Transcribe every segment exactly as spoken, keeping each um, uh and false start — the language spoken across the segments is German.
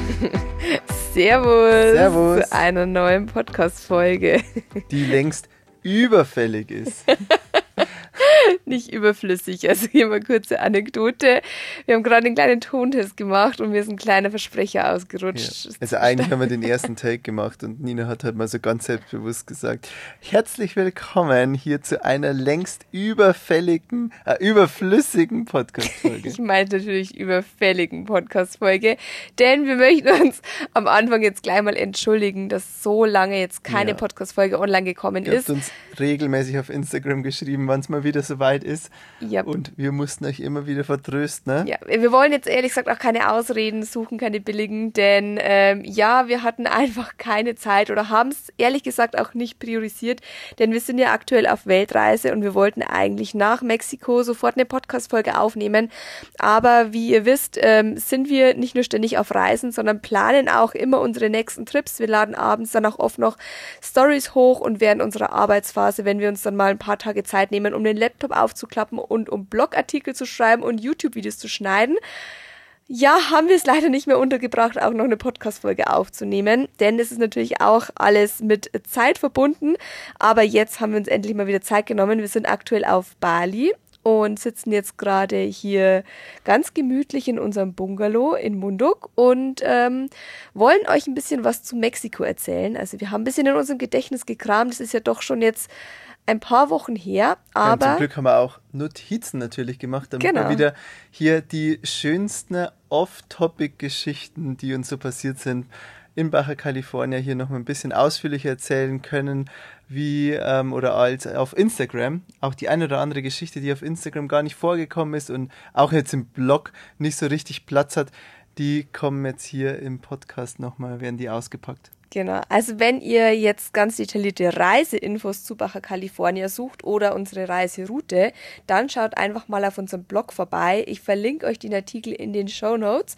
Servus, Servus zu einer neuen Podcast-Folge. Die längst überfällig ist. Nicht überflüssig, also hier mal kurze Anekdote. Wir haben gerade einen kleinen Tontest gemacht und mir ist ein kleiner Versprecher ausgerutscht. Ja. Also eigentlich haben wir den ersten Take gemacht und Nina hat halt mal so ganz selbstbewusst gesagt, herzlich willkommen hier zu einer längst überfälligen, äh, überflüssigen Podcast-Folge. Ich meinte natürlich überfälligen Podcast-Folge, denn wir möchten uns am Anfang jetzt gleich mal entschuldigen, dass so lange jetzt keine Ja. Podcast-Folge online gekommen Ihr habt ist. uns regelmäßig auf Instagram geschrieben, wann es mal wieder soweit ist. Ja. Und wir mussten euch immer wieder vertrösten. Ne? Ja, wir wollen jetzt ehrlich gesagt auch keine Ausreden suchen, keine billigen, denn ähm, ja, wir hatten einfach keine Zeit oder haben es ehrlich gesagt auch nicht priorisiert, denn wir sind ja aktuell auf Weltreise und wir wollten eigentlich nach Mexiko sofort eine Podcast-Folge aufnehmen, aber wie ihr wisst, ähm, sind wir nicht nur ständig auf Reisen, sondern planen auch immer unsere nächsten Trips. Wir laden abends dann auch oft noch Stories hoch und während unserer Arbeitsphase, wenn wir uns dann mal ein paar Tage Zeit nehmen, um den Laptop aufzuklappen und um Blogartikel zu schreiben und YouTube-Videos zu schneiden, ja, haben wir es leider nicht mehr untergebracht, auch noch eine Podcast-Folge aufzunehmen, denn es ist natürlich auch alles mit Zeit verbunden, aber jetzt haben wir uns endlich mal wieder Zeit genommen. Wir sind aktuell auf Bali und sitzen jetzt gerade hier ganz gemütlich in unserem Bungalow in Munduk und ähm, wollen euch ein bisschen was zu Mexiko erzählen. Also wir haben ein bisschen in unserem Gedächtnis gekramt, das ist ja doch schon jetzt ein paar Wochen her, aber... Ja, zum Glück haben wir auch Notizen natürlich gemacht, damit Genau. wir wieder hier die schönsten Off-Topic-Geschichten, die uns so passiert sind, in Baja California hier noch mal ein bisschen ausführlicher erzählen können, wie ähm, oder als auf Instagram. Auch die eine oder andere Geschichte, die auf Instagram gar nicht vorgekommen ist und auch jetzt im Blog nicht so richtig Platz hat, die kommen jetzt hier im Podcast nochmal, werden die ausgepackt. Genau, also wenn ihr jetzt ganz detaillierte Reiseinfos zu Baja California sucht oder unsere Reiseroute, dann schaut einfach mal auf unserem Blog vorbei. Ich verlinke euch den Artikel in den Shownotes.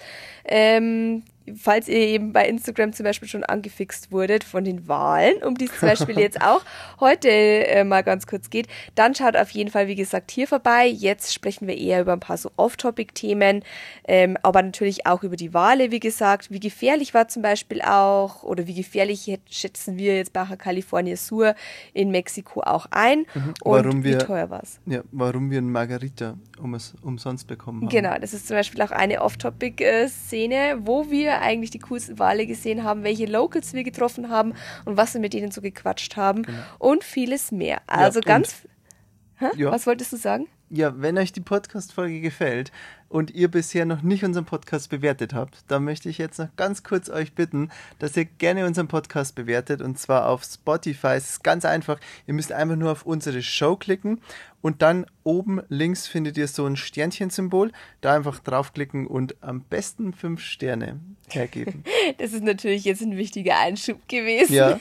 Ähm, falls ihr eben bei Instagram zum Beispiel schon angefixt wurdet von den Wahlen, um die es zum Beispiel jetzt auch heute äh, mal ganz kurz geht, dann schaut auf jeden Fall, wie gesagt, hier vorbei. Jetzt sprechen wir eher über ein paar so Off-Topic-Themen, ähm, aber natürlich auch über die Wale, wie gesagt. Wie gefährlich war zum Beispiel auch, oder wie gefährlich schätzen wir jetzt Baja California Sur in Mexiko auch ein Mhm. und Warum wie wir- teuer war es? Ja, warum wir einen Margarita um es umsonst bekommen haben. Genau, das ist zum Beispiel auch eine Off-Topic-Szene, wo wir eigentlich die coolsten Wale gesehen haben, welche Locals wir getroffen haben und was wir mit denen so gequatscht haben und vieles mehr. Also und- ganz... Hä? Ja. Was wolltest du sagen? Ja, wenn euch die Podcast-Folge gefällt und ihr bisher noch nicht unseren Podcast bewertet habt, dann möchte ich jetzt noch ganz kurz euch bitten, dass ihr gerne unseren Podcast bewertet und zwar auf Spotify. Es ist ganz einfach. Ihr müsst einfach nur auf unsere Show klicken und dann oben links findet ihr so ein Sternchensymbol. Da einfach draufklicken und am besten fünf Sterne hergeben. Das ist natürlich jetzt ein wichtiger Einschub gewesen. Ja.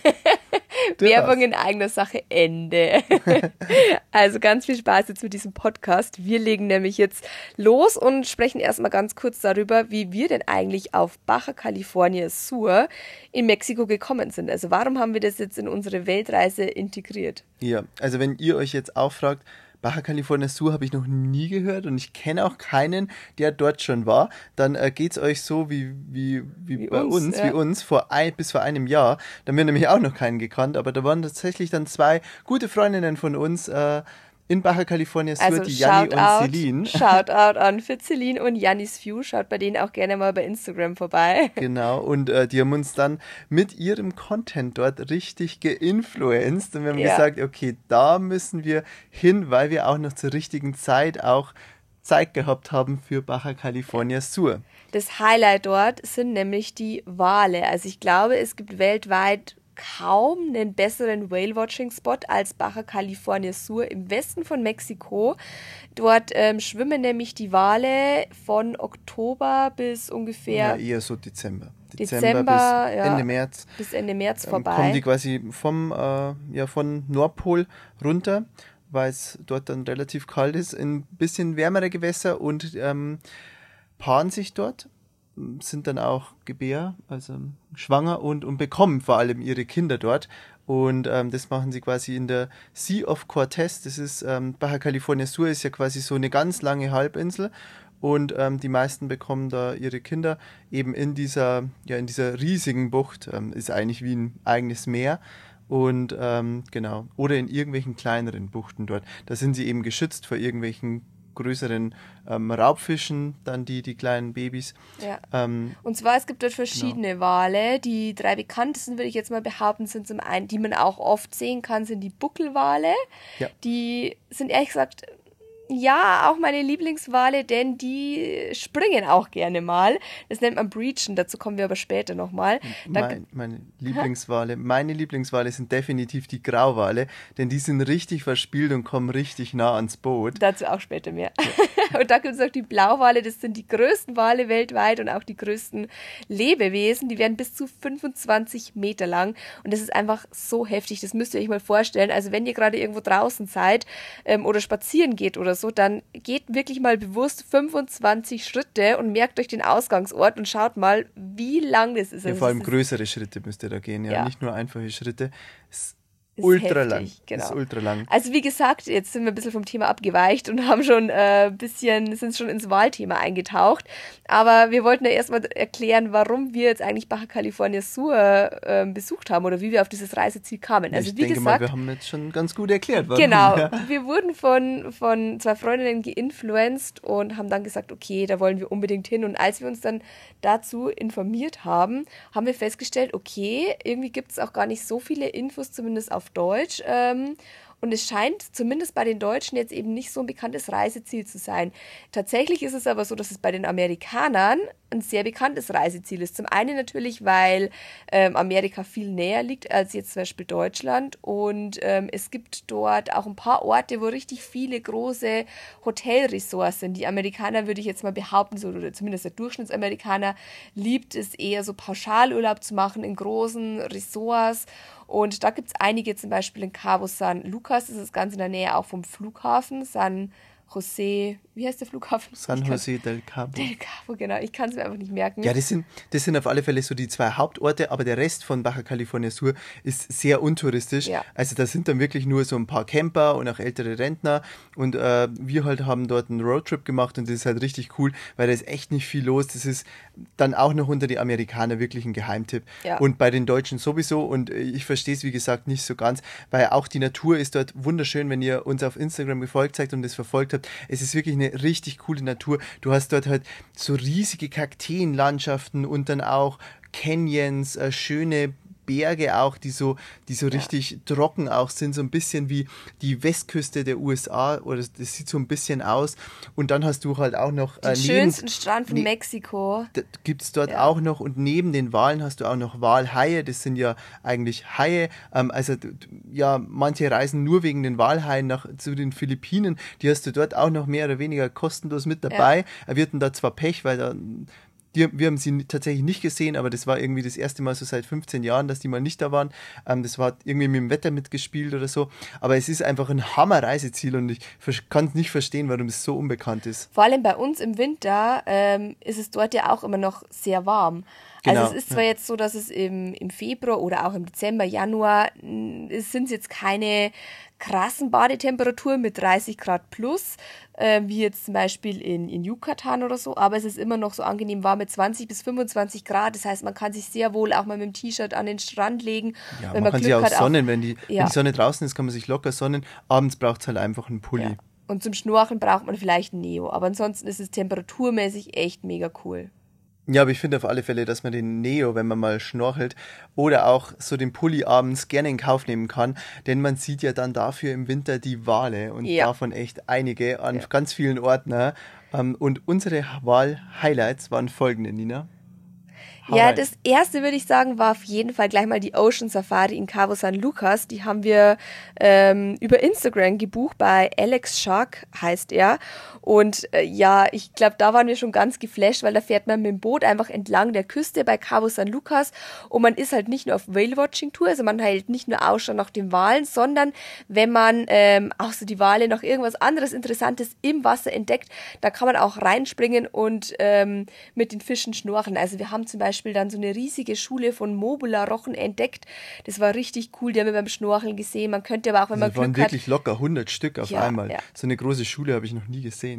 Du Werbung hast. in eigener Sache, Ende. Also ganz viel Spaß jetzt mit diesem Podcast. Wir legen nämlich jetzt los und sprechen erstmal ganz kurz darüber, wie wir denn eigentlich auf Baja California Sur in Mexiko gekommen sind. Also warum haben wir das jetzt in unsere Weltreise integriert? Ja, also wenn ihr euch jetzt auch fragt, Baja California Sur habe ich noch nie gehört und ich kenne auch keinen, der dort schon war, dann äh, geht es euch so wie, wie, wie, Wie bei uns, uns, ja. wie uns vor ein, bis vor einem Jahr. Da haben wir nämlich auch noch keinen gekannt, aber da waren tatsächlich dann zwei gute Freundinnen von uns äh, in Baja California Sur, Also die Janni und Shoutout, Celine. Shoutout an für Celine und Jannis View. Schaut bei denen auch gerne mal bei Instagram vorbei. Genau, und äh, die haben uns dann mit ihrem Content dort richtig geinfluenced und wir haben Ja. gesagt, okay, da müssen wir hin, weil wir auch noch zur richtigen Zeit auch Zeit gehabt haben für Baja California Sur. Das Highlight dort sind nämlich die Wale. Also ich glaube, es gibt weltweit kaum einen besseren Whale-Watching-Spot als Baja California Sur im Westen von Mexiko. Dort ähm, schwimmen nämlich die Wale von Oktober bis Ja, ungefähr eher so Dezember. Dezember, bis ja. Ende März. bis Ende März Ähm, vorbei. kommen die quasi vom, äh, ja, von Nordpol runter, weil es dort dann relativ kalt ist, in ein bisschen wärmere Gewässer und ähm, paaren sich dort, sind dann auch gebär, also schwanger und, und bekommen vor allem ihre Kinder dort. Und ähm, das machen sie quasi in der Sea of Cortez. Das ist, ähm, Baja California Sur ist ja quasi so eine ganz lange Halbinsel. und ähm, die meisten bekommen da ihre Kinder eben in dieser, ja, in dieser riesigen Bucht, ähm, ist eigentlich wie ein eigenes Meer. Und ähm, genau, oder in irgendwelchen kleineren Buchten dort. Da sind sie eben geschützt vor irgendwelchen größeren ähm, Raubfischen, dann die, die kleinen Babys. Ja. Ähm, Und zwar, es gibt dort verschiedene genau. Wale. Die drei bekanntesten, würde ich jetzt mal behaupten, sind zum einen, die man auch oft sehen kann, sind die Buckelwale. Ja. Die sind ehrlich gesagt... Ja, auch meine Lieblingswale, denn die springen auch gerne mal. Das nennt man Breachen, dazu kommen wir aber später nochmal. Mein, meine Lieblingswale, meine Lieblingswale sind definitiv die Grauwale, denn die sind richtig verspielt und kommen richtig nah ans Boot. Dazu auch später mehr. Ja. Und da gibt es auch die Blauwale, das sind die größten Wale weltweit und auch die größten Lebewesen. Die werden bis zu fünfundzwanzig Meter lang und das ist einfach so heftig, das müsst ihr euch mal vorstellen. Also wenn ihr gerade irgendwo draußen seid ähm, oder spazieren geht oder so, so, dann geht wirklich mal bewusst fünfundzwanzig Schritte und merkt euch den Ausgangsort und schaut mal, wie lang das ist. Ja, also vor allem ist größere Schritte müsst ihr da gehen, ja, ja. Nicht nur einfache Schritte. Es ist ultra heftig, lang. Genau. Ist ultra lang. Also wie gesagt, jetzt sind wir ein bisschen vom Thema abgeweicht und haben schon ein äh, bisschen, sind schon ins Wahlthema eingetaucht. Aber wir wollten ja erstmal erklären, warum wir jetzt eigentlich Baja California Sur äh, besucht haben oder wie wir auf dieses Reiseziel kamen. Also ich wie denke gesagt, mal, wir haben jetzt schon ganz gut erklärt, warum. Genau, ja. wir wurden von, von zwei Freundinnen geinfluenced und haben dann gesagt, okay, da wollen wir unbedingt hin. Und als wir uns dann dazu informiert haben, haben wir festgestellt, okay, irgendwie gibt es auch gar nicht so viele Infos, zumindest auf Deutsch. Ähm, Und es scheint zumindest bei den Deutschen jetzt eben nicht so ein bekanntes Reiseziel zu sein. Tatsächlich ist es aber so, dass es bei den Amerikanern ein sehr bekanntes Reiseziel ist. Zum einen natürlich, weil ähm, Amerika viel näher liegt als jetzt zum Beispiel Deutschland. Und ähm, es gibt dort auch ein paar Orte, wo richtig viele große Hotelresorts sind. Die Amerikaner, würde ich jetzt mal behaupten, so, oder zumindest der Durchschnittsamerikaner, liebt es eher so Pauschalurlaub zu machen in großen Resorts. Und da gibt es einige, zum Beispiel in Cabo San Lucas, das ist ganz in der Nähe auch vom Flughafen, San José, wie heißt der Flughafen? San José del Cabo. Del Cabo, genau, ich kann es mir einfach nicht merken. Ja, das sind, das sind auf alle Fälle so die zwei Hauptorte, aber der Rest von Baja California Sur ist sehr untouristisch. Ja. Also da sind dann wirklich nur so ein paar Camper und auch ältere Rentner und äh, wir halt haben dort einen Roadtrip gemacht und das ist halt richtig cool, weil da ist echt nicht viel los. Das ist dann auch noch unter die Amerikaner wirklich ein Geheimtipp. Ja. Und bei den Deutschen sowieso und ich verstehe es wie gesagt nicht so ganz, weil auch die Natur ist dort wunderschön, wenn ihr uns auf Instagram gefolgt seid und das verfolgt habt. Es ist wirklich eine richtig coole Natur. Du hast dort halt so riesige Kakteenlandschaften und dann auch Canyons, äh, schöne Berge auch, die so, die so ja. richtig trocken auch sind, so ein bisschen wie die Westküste der U S A, oder das, das sieht so ein bisschen aus. Und dann hast du halt auch noch... Den äh, schönsten neben, Strand von ne, Mexiko. Gibt es dort ja. auch noch und neben den Walen hast du auch noch Walhaie, das sind ja eigentlich Haie, ähm, also ja, manche reisen nur wegen den Walhaien nach, zu den Philippinen, die hast du dort auch noch mehr oder weniger kostenlos mit dabei. Ja. Wir hatten da zwar Pech, weil da... Die, wir haben sie tatsächlich nicht gesehen, aber das war irgendwie das erste Mal so seit fünfzehn Jahren, dass die mal nicht da waren. Ähm, das war irgendwie mit dem Wetter mitgespielt oder so. Aber es ist einfach ein Hammer-Reiseziel und ich kann es nicht verstehen, warum es so unbekannt ist. Vor allem bei uns im Winter ähm, ist es dort ja auch immer noch sehr warm. Genau, also es ist zwar ja. jetzt so, dass es im, im Februar oder auch im Dezember, Januar, es sind jetzt keine krassen Badetemperaturen mit dreißig Grad plus, äh, wie jetzt zum Beispiel in, in Yucatan oder so, aber es ist immer noch so angenehm warm mit zwanzig bis fünfundzwanzig Grad, das heißt, man kann sich sehr wohl auch mal mit dem T-Shirt an den Strand legen. Ja, wenn man, man kann Glück sich auch hat, sonnen, auch, wenn, die, ja. wenn die Sonne draußen ist, kann man sich locker sonnen, abends braucht es halt einfach einen Pulli. Ja. Und zum Schnorcheln braucht man vielleicht ein Neo, aber ansonsten ist es temperaturmäßig echt mega cool. Ja, aber ich finde auf alle Fälle, dass man den Neo, wenn man mal schnorchelt oder auch so den Pulli abends gerne in Kauf nehmen kann, denn man sieht ja dann dafür im Winter die Wale und ja. davon echt einige an ja. ganz vielen Orten. Und unsere Wal-Highlights waren folgende, Nina. Hau ja, rein. Das erste würde ich sagen, war auf jeden Fall gleich mal die Ocean Safari in Cabo San Lucas. Die haben wir ähm, über Instagram gebucht, bei Alex Shark heißt er. Und äh, ja, ich glaube, da waren wir schon ganz geflasht, weil da fährt man mit dem Boot einfach entlang der Küste bei Cabo San Lucas und man ist halt nicht nur auf Whale-Watching-Tour, also man hält nicht nur Ausschau nach den Walen, sondern wenn man ähm, auch so die Wale noch irgendwas anderes Interessantes im Wasser entdeckt, da kann man auch reinspringen und ähm, mit den Fischen schnorcheln. Also wir haben zum Beispiel dann so eine riesige Schule von Mobula-Rochen entdeckt. Das war richtig cool, die haben wir beim Schnorcheln gesehen. Man könnte aber auch, wenn also man Glück hat... Das waren wirklich locker hundert Stück auf ja, einmal. Ja. So eine große Schule habe ich noch nie gesehen. Ja,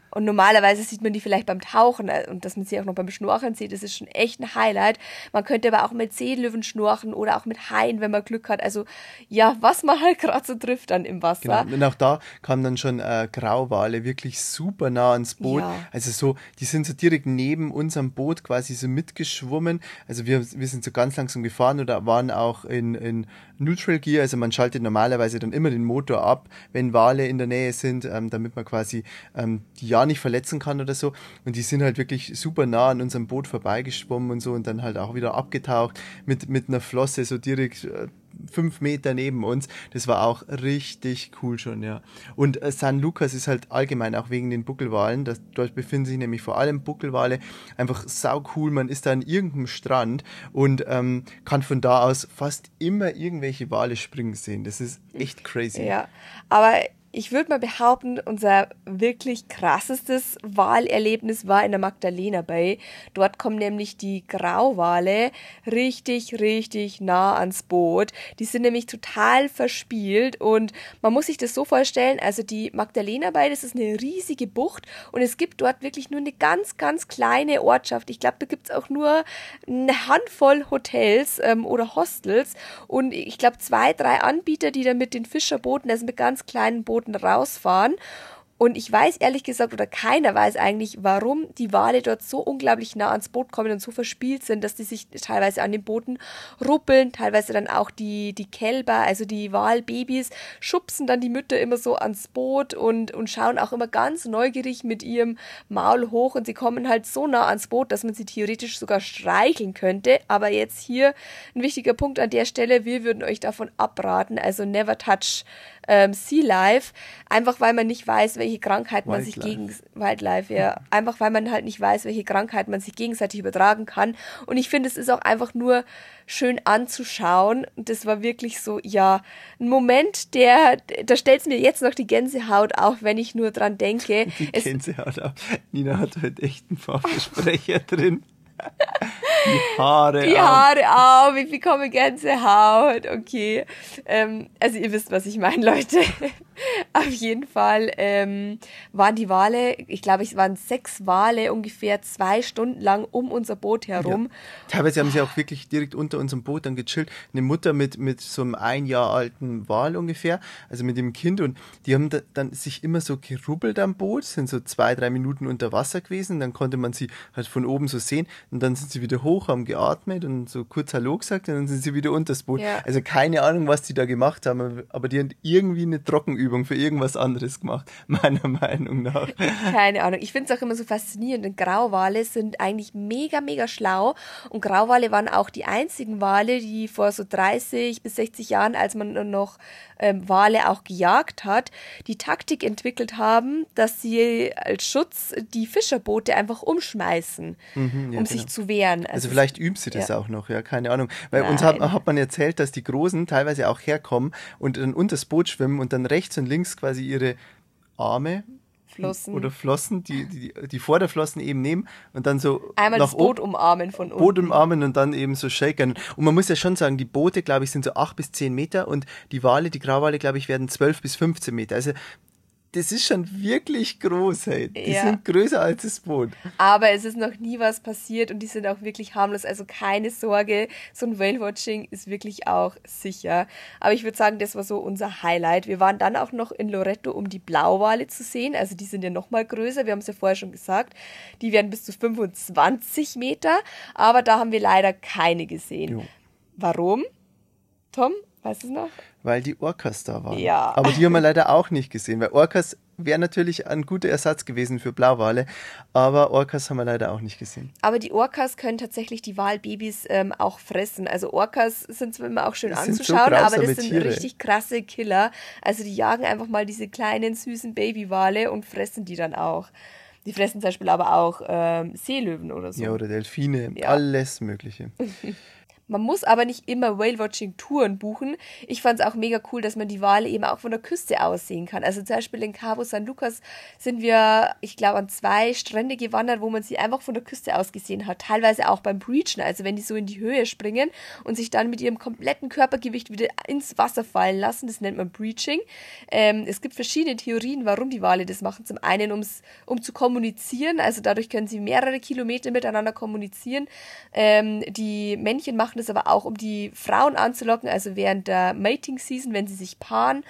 Und normalerweise sieht man die vielleicht beim Tauchen und dass man sie auch noch beim Schnorcheln sieht, das ist schon echt ein Highlight. Man könnte aber auch mit Seelöwen schnorchen oder auch mit Haien, wenn man Glück hat. Also ja, was man halt gerade so trifft dann im Wasser. Genau. Und auch da kamen dann schon äh, Grauwale wirklich super nah ans Boot. Ja. Also so, die sind so direkt neben unserem Boot quasi so mitgeschwommen. Also wir, wir sind so ganz langsam gefahren oder waren auch in, in Neutral Gear. Also man schaltet normalerweise dann immer den Motor ab, wenn Wale in der Nähe sind, ähm, damit man quasi ähm, die ja nicht verletzen kann oder so. Und die sind halt wirklich super nah an unserem Boot vorbeigeschwommen und so und dann halt auch wieder abgetaucht mit, mit einer Flosse so direkt äh, fünf Meter neben uns. Das war auch richtig cool schon, ja. Und äh, San Lucas ist halt allgemein auch wegen den Buckelwalen, das, dort befinden sich nämlich vor allem Buckelwale, einfach sau cool. Man ist da an irgendeinem Strand und ähm, kann von da aus fast immer irgendwelche Wale springen sehen. Das ist echt crazy. Ja, aber ich würde mal behaupten, unser wirklich krassestes Walerlebnis war in der Magdalena Bay. Dort kommen nämlich die Grauwale richtig, richtig nah ans Boot. Die sind nämlich total verspielt und man muss sich das so vorstellen, also die Magdalena Bay, das ist eine riesige Bucht und es gibt dort wirklich nur eine ganz, ganz kleine Ortschaft. Ich glaube, da gibt es auch nur eine Handvoll Hotels ähm, oder Hostels und ich glaube zwei, drei Anbieter, die dann mit den Fischerbooten, also mit ganz kleinen Booten rausfahren. Und ich weiß ehrlich gesagt, oder keiner weiß eigentlich, warum die Wale dort so unglaublich nah ans Boot kommen und so verspielt sind, dass die sich teilweise an den Booten ruppeln, teilweise dann auch die, die Kälber, also die Walbabys, schubsen dann die Mütter immer so ans Boot und, und schauen auch immer ganz neugierig mit ihrem Maul hoch und sie kommen halt so nah ans Boot, dass man sie theoretisch sogar streicheln könnte. Aber jetzt hier ein wichtiger Punkt an der Stelle, wir würden euch davon abraten, also never touch ähm, Sea Life, einfach weil man nicht weiß, welche Krankheit man Wildlife. sich gegen Wildlife, ja, einfach weil man halt nicht weiß, welche Krankheit man sich gegenseitig übertragen kann. Und ich finde, es ist auch einfach nur schön anzuschauen. Und das war wirklich so, ja, ein Moment, der, da stellt es mir jetzt noch die Gänsehaut auf, wenn ich nur dran denke. Die Es, Gänsehaut auf. Nina hat heute echt einen Fachversprecher drin. Die Haare Die auf. Haare auf, ich bekomme Gänsehaut, okay. Ähm, also ihr wisst, was ich meine, Leute. Auf jeden Fall ähm, waren die Wale, ich glaube, es waren sechs Wale ungefähr zwei Stunden lang um unser Boot herum. Ja. Teilweise haben sie auch wirklich direkt unter unserem Boot dann gechillt. Eine Mutter mit, mit so einem ein Jahr alten Wal ungefähr, also mit dem Kind. Und die haben da, dann sich immer so gerubbelt am Boot, sind so zwei, drei Minuten unter Wasser gewesen. Dann konnte man sie halt von oben so sehen. Und dann sind sie wieder hoch, haben geatmet und so kurz Hallo gesagt und dann sind sie wieder unter das Boot. Ja. Also keine Ahnung, was die da gemacht haben, aber die haben irgendwie eine Trockenübung für irgendwas anderes gemacht, meiner Meinung nach. Keine Ahnung. Ich finde es auch immer so faszinierend, denn Grauwale sind eigentlich mega, mega schlau. Und Grauwale waren auch die einzigen Wale, die vor so dreißig bis sechzig Jahren, als man noch ähm, Wale auch gejagt hat, die Taktik entwickelt haben, dass sie als Schutz die Fischerboote einfach umschmeißen, Mhm, ja, um genau. sich zu wehren. Also, Also vielleicht übt sie das ja. auch noch, ja, keine Ahnung. Weil Nein. uns hat, hat man erzählt, dass die Großen teilweise auch herkommen und dann unter das Boot schwimmen und dann rechts und links quasi ihre Arme Flossen. oder Flossen, die, die, die Vorderflossen eben nehmen und dann so Einmal nach das Boot oben, umarmen von unten. Boot umarmen und dann eben so shaken. Und man muss ja schon sagen, die Boote, glaube ich, sind so acht bis zehn Meter und die Wale, die Grauwale, glaube ich, werden zwölf bis fünfzehn Meter. Also das ist schon wirklich groß, hey. Die Ja. sind größer als das Boot. Aber es ist noch nie was passiert und die sind auch wirklich harmlos. Also keine Sorge, so ein Whale-Watching ist wirklich auch sicher. Aber ich würde sagen, das war so unser Highlight. Wir waren dann auch noch in Loreto, um die Blauwale zu sehen. Also die sind ja noch mal größer, wir haben es ja vorher schon gesagt. Die werden bis zu fünfundzwanzig Meter, aber da haben wir leider keine gesehen. Jo. Warum? Tom, weißt du es noch? Weil die Orcas da waren. Ja. Aber die haben wir leider auch nicht gesehen, weil Orcas wäre natürlich ein guter Ersatz gewesen für Blauwale, aber Orcas haben wir leider auch nicht gesehen. Aber die Orcas können tatsächlich die Walbabys ähm, auch fressen. Also Orcas sind zwar immer auch schön Das sind so anzuschauen, aber grausame das sind Tiere. richtig krasse Killer. Also die jagen einfach mal diese kleinen, süßen Babywale und fressen die dann auch. Die fressen zum Beispiel aber auch ähm, Seelöwen oder so. Ja, oder Delfine, Ja. alles Mögliche. Man muss aber nicht immer Whale-Watching-Touren buchen. Ich fand es auch mega cool, dass man die Wale eben auch von der Küste aus sehen kann. Also zum Beispiel in Cabo San Lucas sind wir, ich glaube, an zwei Strände gewandert, wo man sie einfach von der Küste aus gesehen hat. Teilweise auch beim Breachen, also wenn die so in die Höhe springen und sich dann mit ihrem kompletten Körpergewicht wieder ins Wasser fallen lassen. Das nennt man Breaching. Ähm, es gibt verschiedene Theorien, warum die Wale das machen. Zum einen, ums, um zu kommunizieren. Also dadurch können sie mehrere Kilometer miteinander kommunizieren. Ähm, die Männchen machen das aber auch, um die Frauen anzulocken, also während der Mating Season, wenn sie sich paaren,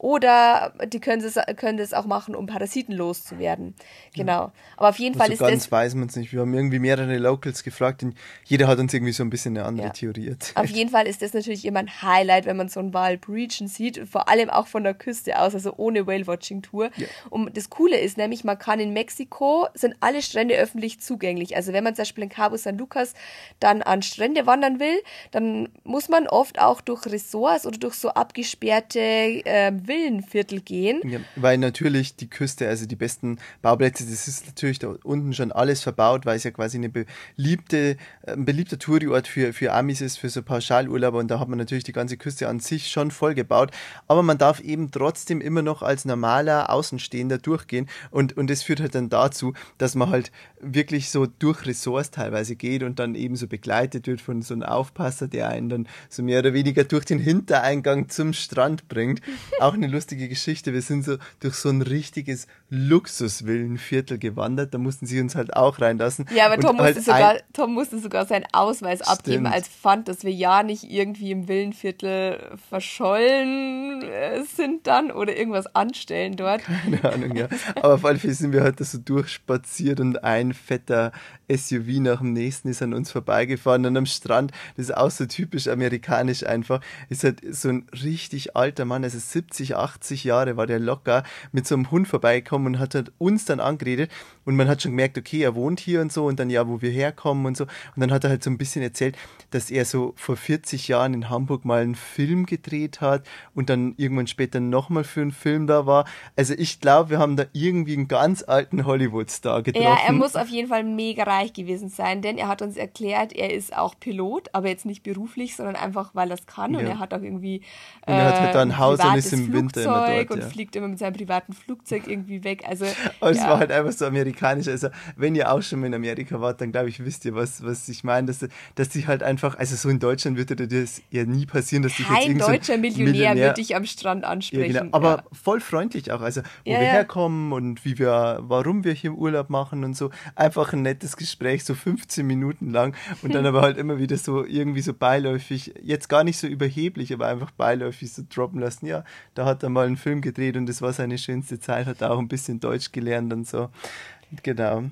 oder die können das, können das auch machen, um Parasiten loszuwerden. Genau. Aber auf jeden also Fall ist ganz das... weiß man es nicht. Wir haben irgendwie mehrere Locals gefragt und jeder hat uns irgendwie so ein bisschen eine andere ja. Theorie erzählt. Auf jeden Fall ist das natürlich immer ein Highlight, wenn man so einen Wal breachen sieht, vor allem auch von der Küste aus, also ohne Whale-Watching-Tour. Ja. Und das Coole ist nämlich, man kann in Mexiko, sind alle Strände öffentlich zugänglich. Also wenn man zum Beispiel in Cabo San Lucas dann an Strände wandern will, dann muss man oft auch durch Ressorts oder durch so abgesperrte äh, Villenviertel gehen. Ja, weil natürlich die Küste, also die besten Bauplätze, das ist natürlich da unten schon alles verbaut, weil es ja quasi eine beliebte, ein beliebter Touriort für, für Amis ist, für so Pauschalurlauber, und da hat man natürlich die ganze Küste an sich schon voll gebaut, aber man darf eben trotzdem immer noch als normaler Außenstehender durchgehen, und, und das führt halt dann dazu, dass man halt wirklich so durch Ressorts teilweise geht und dann eben so begleitet wird von so einem Aufpasser, der einen dann so mehr oder weniger durch den Hintereingang zum Strand bringt. Auch eine lustige Geschichte, wir sind so durch so ein richtiges Luxusvillenviertel gewandert, da mussten sie uns halt auch reinlassen. Ja, aber Tom, halt musste, sogar, Tom musste sogar seinen Ausweis Stimmt. abgeben als Pfand, dass wir ja nicht irgendwie im Villenviertel verschollen äh, sind dann oder irgendwas anstellen dort. Keine Ahnung, ja. Aber auf alle Fälle sind wir halt da so durchspaziert und ein fetter S U V nach dem nächsten ist an uns vorbeigefahren, und am Strand, das ist auch so typisch amerikanisch einfach, ist halt so ein richtig alter Mann, also siebzig, achtzig Jahre war der locker, mit so einem Hund vorbeigekommen und hat halt uns dann angeredet, und man hat schon gemerkt, okay, er wohnt hier und so, und dann ja, wo wir herkommen und so, und dann hat er halt so ein bisschen erzählt, dass er so vor vierzig Jahren in Hamburg mal einen Film gedreht hat und dann irgendwann später nochmal für einen Film da war. Also ich glaube, wir haben da irgendwie einen ganz alten Hollywood-Star getroffen. Ja, er muss auf jeden Fall mega reich gewesen sein, denn er hat uns erklärt, er ist auch Pilot, aber jetzt nicht beruflich, sondern einfach, weil er es kann, ja. Und er hat auch irgendwie äh, er hat halt da ein Haus und ist im Flugzeug Winter immer dort. Und ja. fliegt immer mit seinem privaten Flugzeug irgendwie weg. Also, aber ja. es war halt einfach so amerikanisch. Also wenn ihr auch schon mal in Amerika wart, dann glaube ich, wisst ihr, was, was ich meine, dass, dass die halt einfach, also so in Deutschland würde dir das ja nie passieren, dass dich jetzt Kein irgend deutscher so Millionär, Millionär würde dich am Strand ansprechen. Ja, genau. Aber ja. voll freundlich auch, also wo ja, wir ja. herkommen und wie wir, warum wir hier Urlaub machen und so. Einfach ein nettes Gespräch, so fünfzehn Minuten lang, und dann aber halt immer wieder so irgendwie so beiläufig, jetzt gar nicht so überheblich, aber einfach beiläufig so droppen lassen. Ja, da hat er mal einen Film gedreht und das war seine schönste Zeit, hat auch ein bisschen Deutsch gelernt und so. Genau.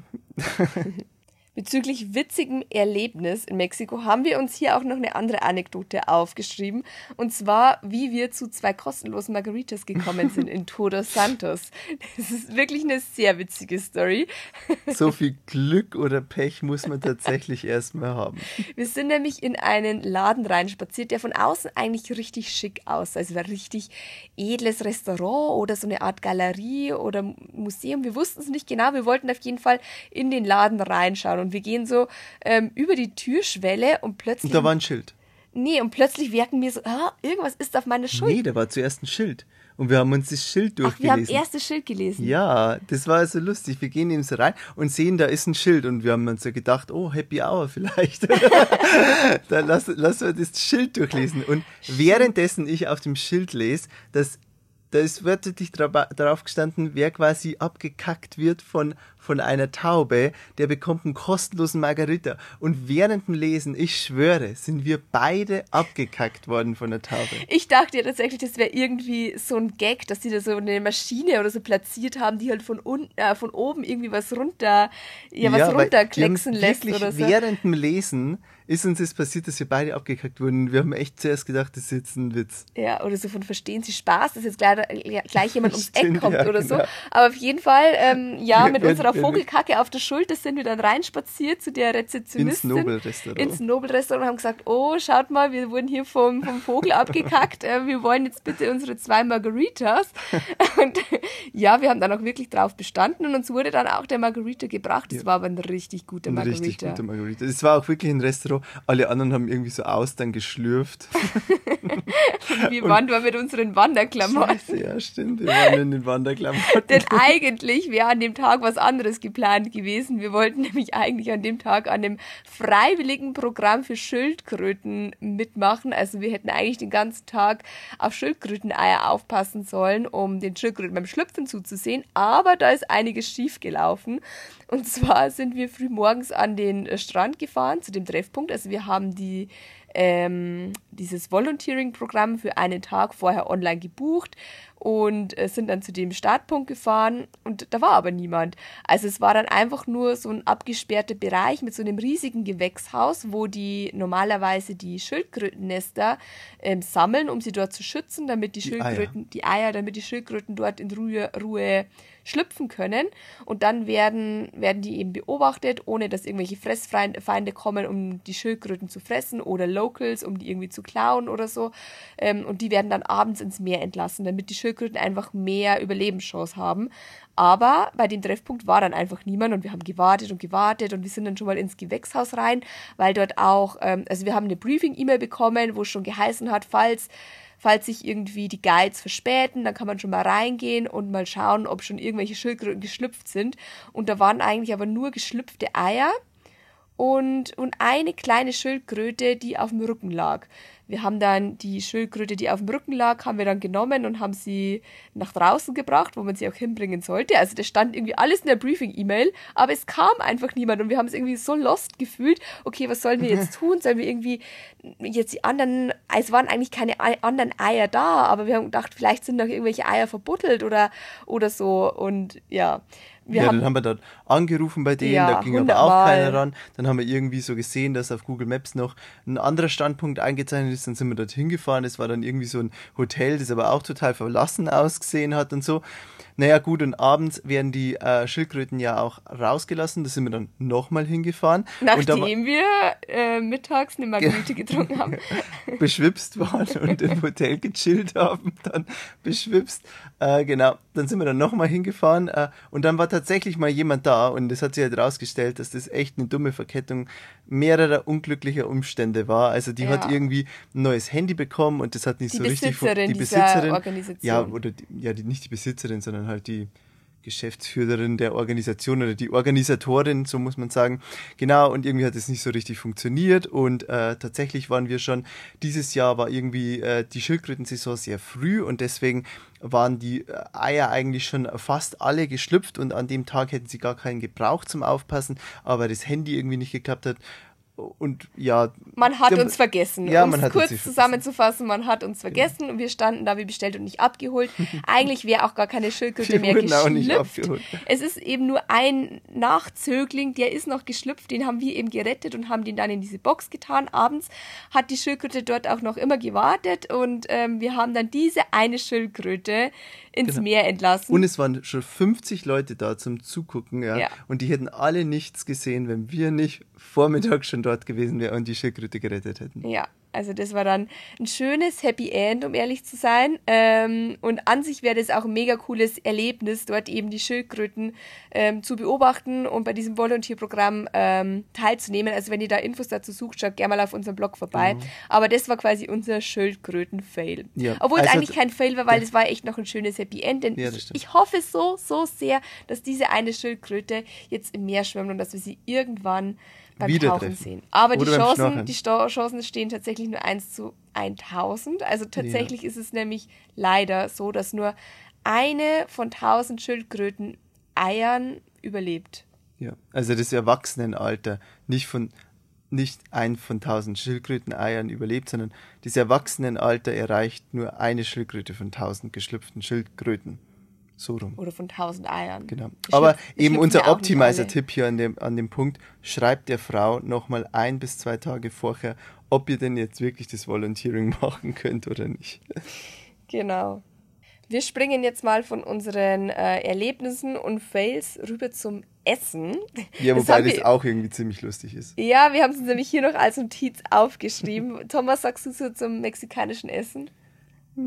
Bezüglich witzigem Erlebnis in Mexiko haben wir uns hier auch noch eine andere Anekdote aufgeschrieben. Und zwar, wie wir zu zwei kostenlosen Margaritas gekommen sind in Todos Santos. Das ist wirklich eine sehr witzige Story. So viel Glück oder Pech muss man tatsächlich erstmal haben. Wir sind nämlich in einen Laden reinspaziert, der von außen eigentlich richtig schick aussah. Also war ein richtig edles Restaurant oder so eine Art Galerie oder Museum. Wir wussten es nicht genau. Wir wollten auf jeden Fall in den Laden reinschauen. Und wir gehen so ähm, über die Türschwelle und plötzlich... Und da war ein Schild. Nee, und plötzlich merken wir so, ah, irgendwas ist auf meiner Schuld. Nee, da war zuerst ein Schild. Und wir haben uns das Schild durchgelesen. Ach, wir haben erst das Schild gelesen. Ja, das war so lustig. Wir gehen eben so rein und sehen, da ist ein Schild. Und wir haben uns so gedacht, oh, Happy Hour vielleicht. Dann lassen lass wir das Schild durchlesen. Und währenddessen ich auf dem Schild lese, dass da ist wörtlich darauf gestanden, wer quasi abgekackt wird von, von einer Taube, der bekommt einen kostenlosen Margarita. Und während dem Lesen, ich schwöre, sind wir beide abgekackt worden von der Taube. Ich dachte ja tatsächlich, das wäre irgendwie so ein Gag, dass die da so eine Maschine oder so platziert haben, die halt von unten, äh, von oben irgendwie was runter, ja, was ja, runterklecksen lässt oder so. Während dem Lesen ist uns das passiert, dass wir beide abgekackt wurden. Wir haben echt zuerst gedacht, das ist jetzt ein Witz. Ja, oder so von verstehen Sie Spaß, dass jetzt gleich, gleich jemand ums Stimmt, Eck kommt ja, oder genau. so. Aber auf jeden Fall, ähm, ja, mit wir, unserer wir Vogelkacke auf der Schulter sind wir dann reinspaziert zu der Rezeptionistin. Ins Nobel-Restaurant. Ins Nobel-Restaurant und haben gesagt, oh, schaut mal, wir wurden hier vom, vom Vogel abgekackt. Äh, wir wollen jetzt bitte unsere zwei Margaritas. Und ja, wir haben dann auch wirklich drauf bestanden und uns wurde dann auch der Margarita gebracht. Das ja. war aber ein richtig guter ein Margarita. Richtig guter Margarita. Es war auch wirklich ein Restaurant. Alle anderen haben irgendwie so Austern geschlürft. Wir waren da mit unseren Wanderklamotten. Scheiße, ja, stimmt. Wir waren in den Wanderklamotten. Denn eigentlich wäre an dem Tag was anderes geplant gewesen. Wir wollten nämlich eigentlich an dem Tag an dem freiwilligen Programm für Schildkröten mitmachen. Also wir hätten eigentlich den ganzen Tag auf Schildkröteneier aufpassen sollen, um den Schildkröten beim Schlüpfen zuzusehen. Aber da ist einiges schief gelaufen. Und zwar sind wir früh morgens an den Strand gefahren, zu dem Treffpunkt. Also wir haben die ähm, dieses Volunteering-Programm für einen Tag vorher online gebucht und äh, sind dann zu dem Startpunkt gefahren und da war aber niemand. Also es war dann einfach nur so ein abgesperrter Bereich mit so einem riesigen Gewächshaus, wo die normalerweise die Schildkrötennester ähm, sammeln, um sie dort zu schützen, damit die, die Schildkröten, Eier. die Eier, damit die Schildkröten dort in Ruhe, Ruhe schlüpfen können und dann werden, werden die eben beobachtet, ohne dass irgendwelche Fressfeinde kommen, um die Schildkröten zu fressen oder Locals, um die irgendwie zu klauen oder so. Ähm, und die werden dann abends ins Meer entlassen, damit die Schildkröten einfach mehr Überlebenschance haben. Aber bei dem Treffpunkt war dann einfach niemand und wir haben gewartet und gewartet und wir sind dann schon mal ins Gewächshaus rein, weil dort auch, ähm, also wir haben eine Briefing-E-Mail bekommen, wo es schon geheißen hat, falls Falls sich irgendwie die Guides verspäten, dann kann man schon mal reingehen und mal schauen, ob schon irgendwelche Schildkröten geschlüpft sind. Und da waren eigentlich aber nur geschlüpfte Eier und, und eine kleine Schildkröte, die auf dem Rücken lag. Wir haben dann die Schildkröte, die auf dem Rücken lag, haben wir dann genommen und haben sie nach draußen gebracht, wo man sie auch hinbringen sollte. Also das stand irgendwie alles in der Briefing-E-Mail, aber es kam einfach niemand und wir haben es irgendwie so lost gefühlt. Okay, was sollen wir jetzt tun? Sollen wir irgendwie jetzt die anderen, es waren eigentlich keine anderen Eier da, aber wir haben gedacht, vielleicht sind noch irgendwelche Eier verbuddelt oder, oder so und ja. Wir ja, haben, dann haben wir dort angerufen bei denen, ja, da ging aber auch keiner ran. Dann haben wir irgendwie so gesehen, dass auf Google Maps noch ein anderer Standpunkt eingezeichnet ist. Dann sind wir dort hingefahren. Das war dann irgendwie so ein Hotel, das aber auch total verlassen ausgesehen hat und so. Naja, gut, und abends werden die äh, Schildkröten ja auch rausgelassen. Da sind wir dann nochmal hingefahren. Nachdem und wir äh, mittags eine Margarita getrunken haben. beschwipst waren und im Hotel gechillt haben, dann beschwipst. Äh, genau, dann sind wir dann nochmal hingefahren äh, und dann war tatsächlich mal jemand da und es hat sich halt rausgestellt, dass das echt eine dumme Verkettung mehrerer unglücklicher Umstände war. Also die ja. hat irgendwie ein neues Handy bekommen und das hat nicht die so Besitzerin richtig... Die Besitzerin Organisation. Ja, oder die, ja, die, nicht die Besitzerin, sondern halt die Geschäftsführerin der Organisation oder die Organisatorin, so muss man sagen. Genau, und irgendwie hat es nicht so richtig funktioniert und äh, tatsächlich waren wir schon, dieses Jahr war irgendwie äh, die Schildkrötensaison sehr früh und deswegen waren die Eier eigentlich schon fast alle geschlüpft und an dem Tag hätten sie gar keinen gebraucht zum Aufpassen, aber das Handy irgendwie nicht geklappt hat. Und ja, man hat uns vergessen. Ja, um man es hat kurz uns zusammenzufassen, man hat uns vergessen genau. und wir standen da wie bestellt und nicht abgeholt. Eigentlich wäre auch gar keine Schildkröte mehr geschlüpft. Auch nicht abgeholt. Es ist eben nur ein Nachzögling, der ist noch geschlüpft, den haben wir eben gerettet und haben den dann in diese Box getan. Abends hat die Schildkröte dort auch noch immer gewartet und ähm, wir haben dann diese eine Schildkröte ins genau. Meer entlassen. Und es waren schon fünfzig Leute da zum Zugucken, ja. ja. Und die hätten alle nichts gesehen, wenn wir nicht Vormittag schon dort gewesen wären und die Schildkröte gerettet hätten. Ja, also das war dann ein schönes Happy End, um ehrlich zu sein. Ähm, und an sich wäre das auch ein mega cooles Erlebnis, dort eben die Schildkröten ähm, zu beobachten und bei diesem Volunteer-Programm ähm, teilzunehmen. Also wenn ihr da Infos dazu sucht, schaut gerne mal auf unserem Blog vorbei. Genau. Aber das war quasi unser Schildkröten-Fail. Ja. Obwohl also es eigentlich kein Fail war, weil es war echt noch ein schönes Happy End. Denn ja, ich, ich hoffe so, so sehr, dass diese eine Schildkröte jetzt im Meer schwimmt und dass wir sie irgendwann beim Tauchen sehen. Aber die Chancen, die Chancen stehen tatsächlich nur eins zu tausend. Also tatsächlich ja. ist es nämlich leider so, dass nur eine von tausend Schildkröten Eiern überlebt. Ja, also das Erwachsenenalter, nicht von nicht ein von tausend Schildkröten-Eiern überlebt, sondern das Erwachsenenalter erreicht nur eine Schildkröte von tausend geschlüpften Schildkröten. So rum. Oder von tausend Eiern. Genau. Aber eben unser Optimizer-Tipp hier an dem, an dem Punkt, schreibt der Frau nochmal ein bis zwei Tage vorher, ob ihr denn jetzt wirklich das Volunteering machen könnt oder nicht. Genau. Wir springen jetzt mal von unseren äh, Erlebnissen und Fails rüber zum Essen. Ja, wobei das, das auch irgendwie ziemlich lustig ist. Ja, wir haben es uns nämlich hier noch als Notiz aufgeschrieben. Thomas, sagst du so zum mexikanischen Essen? Ja.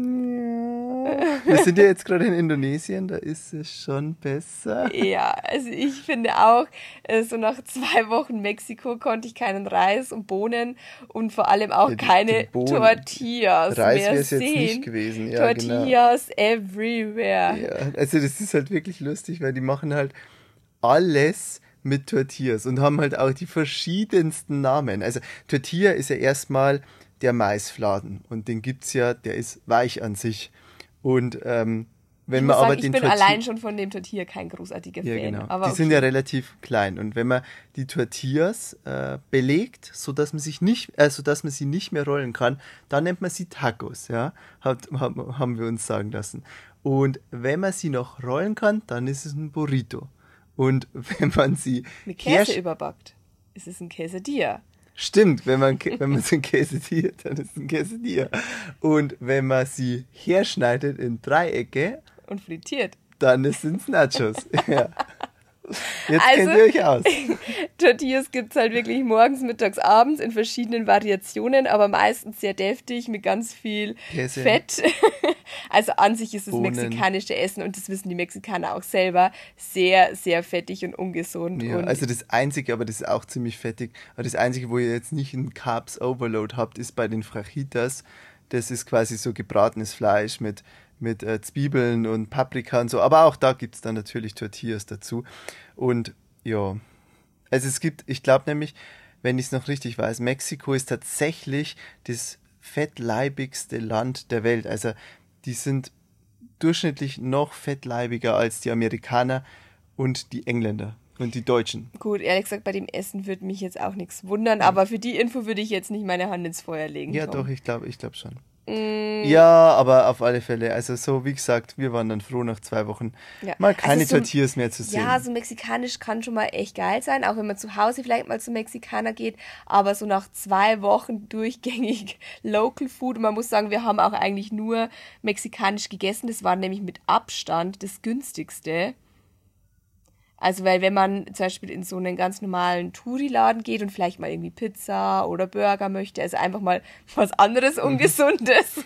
Wir sind ja jetzt gerade in Indonesien, da ist es schon besser. Ja, also ich finde auch, so nach zwei Wochen Mexiko konnte ich keinen Reis und Bohnen und vor allem auch ja, die, keine die Tortillas Reis mehr wär's sehen. Jetzt nicht gewesen. Ja, Tortillas genau. Everywhere. Ja, also das ist halt wirklich lustig, weil die machen halt alles mit Tortillas und haben halt auch die verschiedensten Namen. Also Tortilla ist ja erstmal der Maisfladen und den gibt's ja, der ist weich an sich. Und ähm, wenn ich man sagen, aber ich den bin Tortilla allein schon von dem Tortilla kein großartiger ja, Fan. Genau. Aber die okay. sind ja relativ klein und wenn man die Tortillas äh, belegt, so dass man sich nicht, äh, so dass man sie nicht mehr rollen kann, dann nennt man sie Tacos, ja, Hat, haben wir uns sagen lassen. Und wenn man sie noch rollen kann, dann ist es ein Burrito. Und wenn man sie mit Käse überbackt, ist es ein Quesadilla. Stimmt, wenn man, wenn man so ein Quesadilla, dann ist es ein Quesadilla. Und wenn man sie herschneidet in Dreiecke und frittiert, dann sind es Nachos. Ja. Jetzt also, kennt ihr euch aus. Tortillas gibt es halt wirklich morgens, mittags, abends in verschiedenen Variationen, aber meistens sehr deftig mit ganz viel Käse. Fett. Also an sich ist das Bohnen. mexikanische Essen, und das wissen die Mexikaner auch selber, sehr, sehr fettig und ungesund. Ja, und also das Einzige, aber das ist auch ziemlich fettig, aber das Einzige, wo ihr jetzt nicht einen Carbs Overload habt, ist bei den Fajitas. Das ist quasi so gebratenes Fleisch mit mit äh, Zwiebeln und Paprika und so. Aber auch da gibt es dann natürlich Tortillas dazu. Und ja, also es gibt, ich glaube nämlich, wenn ich es noch richtig weiß, Mexiko ist tatsächlich das fettleibigste Land der Welt. Also die sind durchschnittlich noch fettleibiger als die Amerikaner und die Engländer und die Deutschen. Gut, ehrlich gesagt, bei dem Essen würde mich jetzt auch nichts wundern, ja. Aber für die Info würde ich jetzt nicht meine Hand ins Feuer legen. Ja, Tom. doch, ich glaube ich glaub schon. Mm. Ja, aber auf alle Fälle, also so wie gesagt, wir waren dann froh, nach zwei Wochen ja. mal keine also so, Tortillas mehr zu sehen. Ja, so mexikanisch kann schon mal echt geil sein, auch wenn man zu Hause vielleicht mal zum Mexikaner geht, aber so nach zwei Wochen durchgängig Local Food, und man muss sagen, wir haben auch eigentlich nur mexikanisch gegessen, das war nämlich mit Abstand das günstigste. Also, weil wenn man zum Beispiel in so einen ganz normalen Touri-Laden geht und vielleicht mal irgendwie Pizza oder Burger möchte, also einfach mal was anderes Ungesundes,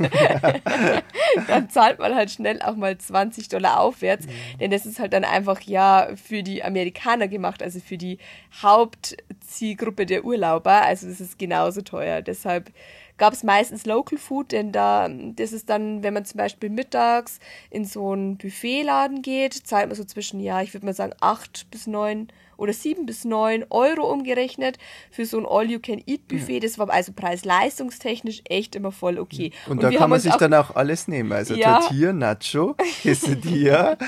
dann zahlt man halt schnell auch mal zwanzig Dollar aufwärts, mhm. denn das ist halt dann einfach ja für die Amerikaner gemacht, also für die Hauptzielgruppe der Urlauber, also das ist genauso teuer, deshalb gab es meistens Local Food, denn da, das ist dann, wenn man zum Beispiel mittags in so einen Buffetladen geht, zahlt man so zwischen, ja, ich würde mal sagen, acht bis neun oder sieben bis neun Euro umgerechnet für so ein All-You-Can-Eat-Buffet. Ja. Das war also preis-leistungstechnisch echt immer voll okay. Und, und da kann man sich auch, dann auch alles nehmen, also ja, Tortilla, Nacho, Quesadilla,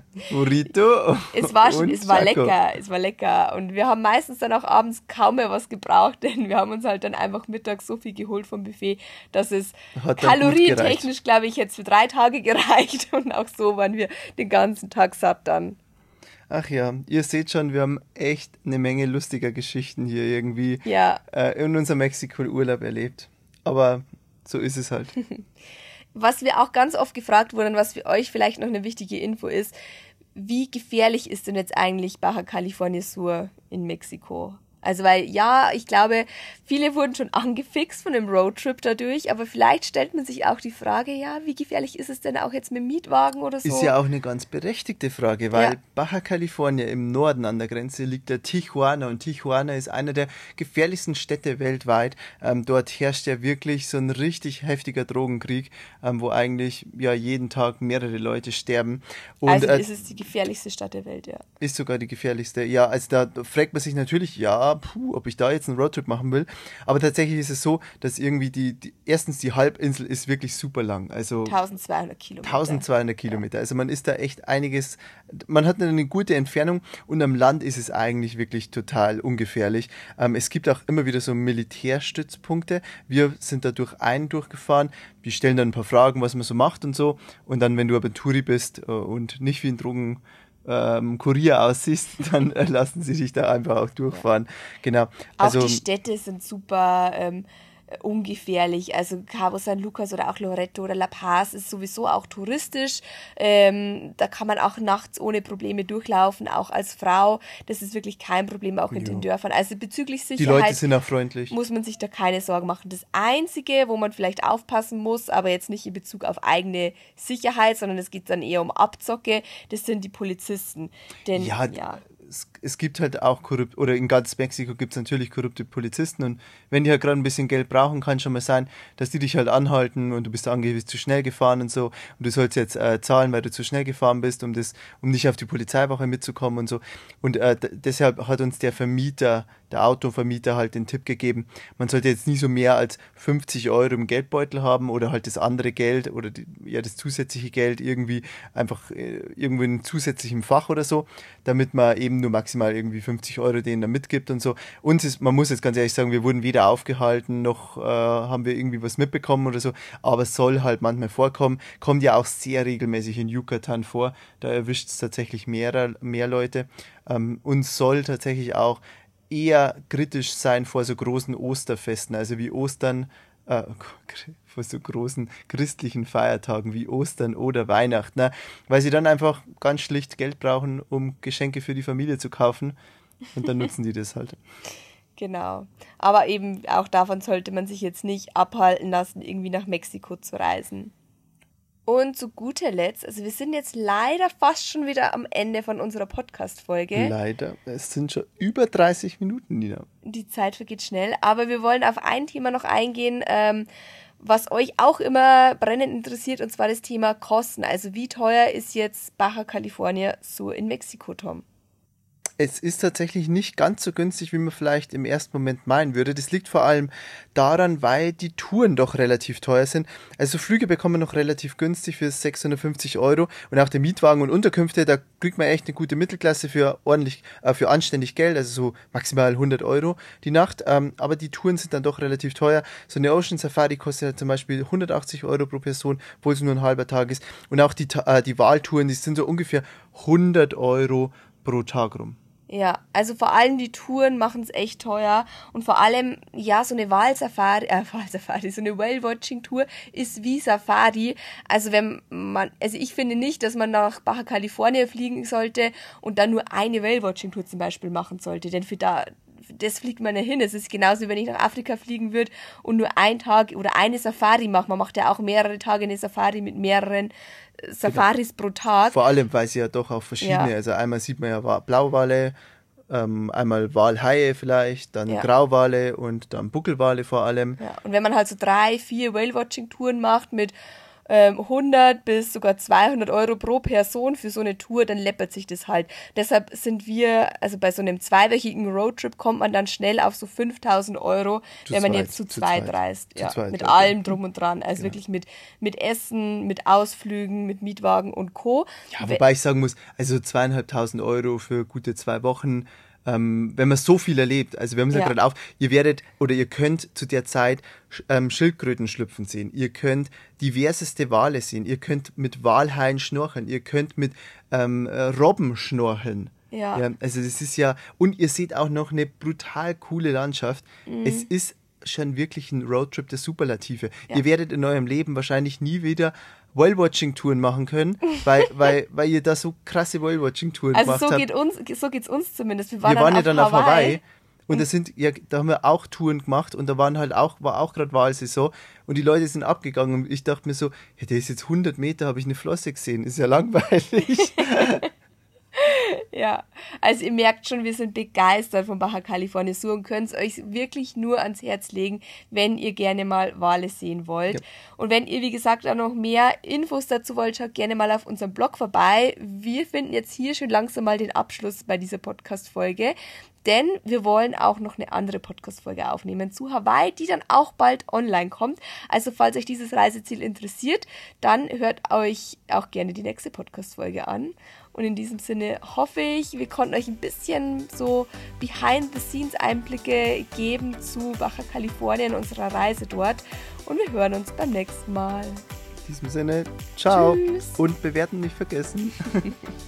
Burrito es war schon, und es war Chaco. lecker, es war lecker. Und wir haben meistens dann auch abends kaum mehr was gebraucht, denn wir haben uns halt dann einfach mittags so viel geholt vom Buffet, dass es kalorientechnisch, glaube ich, jetzt für drei Tage gereicht. Und auch so waren wir den ganzen Tag satt dann. Ach ja, ihr seht schon, wir haben echt eine Menge lustiger Geschichten hier irgendwie ja. äh, in unserem Mexiko-Urlaub erlebt. Aber so ist es halt. Was wir auch ganz oft gefragt wurden, was für euch vielleicht noch eine wichtige Info ist, wie gefährlich ist denn jetzt eigentlich Baja California Sur in Mexiko? Also weil, ja, ich glaube, viele wurden schon angefixt von dem Roadtrip dadurch, aber vielleicht stellt man sich auch die Frage, ja, wie gefährlich ist es denn auch jetzt mit dem Mietwagen oder so? Ist ja auch eine ganz berechtigte Frage, weil ja. Baja California im Norden an der Grenze liegt der Tijuana, und Tijuana ist eine der gefährlichsten Städte weltweit. Ähm, dort herrscht ja wirklich so ein richtig heftiger Drogenkrieg, ähm, wo eigentlich ja jeden Tag mehrere Leute sterben. Und, also äh, ist es die gefährlichste Stadt der Welt, ja. Ist sogar die gefährlichste. Ja, also da fragt man sich natürlich, ja, puh, ob ich da jetzt einen Roadtrip machen will. Aber tatsächlich ist es so, dass irgendwie die, die erstens die Halbinsel ist wirklich super lang. Also eintausendzweihundert Kilometer. eintausendzweihundert Kilometer. Ja. Also man ist da echt einiges, man hat eine gute Entfernung, und am Land ist es eigentlich wirklich total ungefährlich. Ähm, es gibt auch immer wieder so Militärstützpunkte. Wir sind da durch einen durchgefahren. Wir stellen dann ein paar Fragen, was man so macht und so. Und dann, wenn du aber Touri bist äh, und nicht wie ein Drogen Ähm, Kurier aussiehst, dann äh, lassen sie dich da einfach auch durchfahren. Ja. Genau. Auch also, die Städte sind super, ähm, ungefährlich. Also Cabo San Lucas oder auch Loreto oder La Paz ist sowieso auch touristisch. Ähm, da kann man auch nachts ohne Probleme durchlaufen, auch als Frau. Das ist wirklich kein Problem, auch in ja. den Dörfern. Also bezüglich Sicherheit die Leute sind auch freundlich. Muss man sich da keine Sorgen machen. Das Einzige, wo man vielleicht aufpassen muss, aber jetzt nicht in Bezug auf eigene Sicherheit, sondern es geht dann eher um Abzocke, das sind die Polizisten. Denn, ja, ja. Es, es gibt halt auch korrupt, oder in ganz Mexiko gibt es natürlich korrupte Polizisten und wenn die halt gerade ein bisschen Geld brauchen, kann schon mal sein, dass die dich halt anhalten und du bist angeblich zu schnell gefahren und so und du sollst jetzt äh, zahlen, weil du zu schnell gefahren bist, um das, um nicht auf die Polizeiwache mitzukommen und so. Und äh, d- deshalb hat uns der Vermieter, der Autovermieter halt den Tipp gegeben, man sollte jetzt nie so mehr als fünfzig Euro im Geldbeutel haben oder halt das andere Geld oder die, ja das zusätzliche Geld irgendwie einfach äh, irgendwo in einem zusätzlichen Fach oder so, damit man eben nur maximal irgendwie fünfzig Euro denen da mitgibt und so. Uns ist, man muss jetzt ganz ehrlich sagen, wir wurden weder aufgehalten, noch äh, haben wir irgendwie was mitbekommen oder so, aber es soll halt manchmal vorkommen. Kommt ja auch sehr regelmäßig in Yucatan vor, da erwischt es tatsächlich mehr, mehr Leute. Ähm, uns soll tatsächlich auch eher kritisch sein vor so großen Osterfesten, also wie Ostern, äh, vor so großen christlichen Feiertagen wie Ostern oder Weihnachten, ne? Weil sie dann einfach ganz schlicht Geld brauchen, um Geschenke für die Familie zu kaufen und dann nutzen die das halt. Genau, aber eben auch davon sollte man sich jetzt nicht abhalten lassen, irgendwie nach Mexiko zu reisen. Und zu guter Letzt, also wir sind jetzt leider fast schon wieder am Ende von unserer Podcast-Folge. Leider, es sind schon über dreißig Minuten, Nina. Die Zeit vergeht schnell, aber wir wollen auf ein Thema noch eingehen, ähm, was euch auch immer brennend interessiert, und zwar das Thema Kosten. Also wie teuer ist jetzt Baja California so in Mexiko, Tom? Es ist tatsächlich nicht ganz so günstig, wie man vielleicht im ersten Moment meinen würde. Das liegt vor allem daran, weil die Touren doch relativ teuer sind. Also Flüge bekommen wir noch relativ günstig für sechshundertfünfzig Euro und auch der Mietwagen und Unterkünfte, da kriegt man echt eine gute Mittelklasse für ordentlich, äh, für anständig Geld, also so maximal hundert Euro die Nacht. Ähm, aber die Touren sind dann doch relativ teuer. So eine Ocean Safari kostet ja zum Beispiel hundertachtzig Euro pro Person, obwohl es nur ein halber Tag ist. Und auch die, äh, die Waltouren, die sind so ungefähr hundert Euro pro Tag rum. Ja, also vor allem die Touren machen es echt teuer und vor allem, ja, so eine Walsafari, äh, Walsafari, so eine Whale-Watching-Tour ist wie Safari. Also wenn man, also ich finde nicht, dass man nach Baja California fliegen sollte und dann nur eine Whale-Watching-Tour zum Beispiel machen sollte, denn für da, das fliegt man ja hin. Es ist genauso, wie wenn ich nach Afrika fliegen würde und nur einen Tag oder eine Safari mache. Man macht ja auch mehrere Tage eine Safari mit mehreren Safaris genau. pro Tag. Vor allem, weil sie ja doch auch verschiedene, ja. also einmal sieht man ja Blauwale, ähm, einmal Walhaie vielleicht, dann ja. Grauwale und dann Buckelwale vor allem. Ja. Und wenn man halt so drei, vier Whale-Watching-Touren macht mit ähm, hundert bis sogar zweihundert Euro pro Person für so eine Tour, dann läppert sich das halt. Deshalb sind wir, also bei so einem zweiwöchigen Roadtrip kommt man dann schnell auf so fünftausend Euro, zu wenn man zweit, jetzt zu, zu zweit, zweit reist. Zu ja, zweit, mit okay. allem drum und dran. Also genau. wirklich mit, mit Essen, mit Ausflügen, mit Mietwagen und Co. Ja, wobei ich sagen muss, also zweieinhalbtausend Euro für gute zwei Wochen, Ähm, wenn man so viel erlebt, also wir haben es ja, ja gerade auf, ihr werdet oder ihr könnt zu der Zeit ähm, Schildkröten schlüpfen sehen, ihr könnt diverseste Wale sehen, ihr könnt mit Walhaien schnorcheln, ihr könnt mit ähm, Robben schnorcheln. Ja. ja. Also das ist ja, und ihr seht auch noch eine brutal coole Landschaft. Mhm. Es ist schon wirklich ein Roadtrip der Superlative. Ja. Ihr werdet in eurem Leben wahrscheinlich nie wieder Whale-Watching-Touren machen können, weil, weil, weil ihr da so krasse Whale-Watching-Touren also gemacht so habt. Geht uns, so geht's uns zumindest. Wir waren, wir waren dann ja auf dann Hawaii. auf Hawaii und da sind, ja, da haben wir auch Touren gemacht und da waren halt auch, war auch gerade Walsaison und die Leute sind abgegangen und ich dachte mir so, ja, der ist jetzt hundert Meter, habe ich eine Flosse gesehen, ist ja langweilig. Ja, also ihr merkt schon, wir sind begeistert von Baja California Sur und könnt es euch wirklich nur ans Herz legen, wenn ihr gerne mal Wale sehen wollt. Ja. Und wenn ihr, wie gesagt, auch noch mehr Infos dazu wollt, schaut gerne mal auf unserem Blog vorbei. Wir finden jetzt hier schon langsam mal den Abschluss bei dieser Podcast-Folge, denn wir wollen auch noch eine andere Podcast-Folge aufnehmen zu Hawaii, die dann auch bald online kommt. Also falls euch dieses Reiseziel interessiert, dann hört euch auch gerne die nächste Podcast-Folge an. Und in diesem Sinne hoffe ich, wir konnten euch ein bisschen so Behind-the-Scenes-Einblicke geben zu Baja California und unserer Reise dort. Und wir hören uns beim nächsten Mal. In diesem Sinne, ciao. Tschüss. Und bewerten nicht vergessen.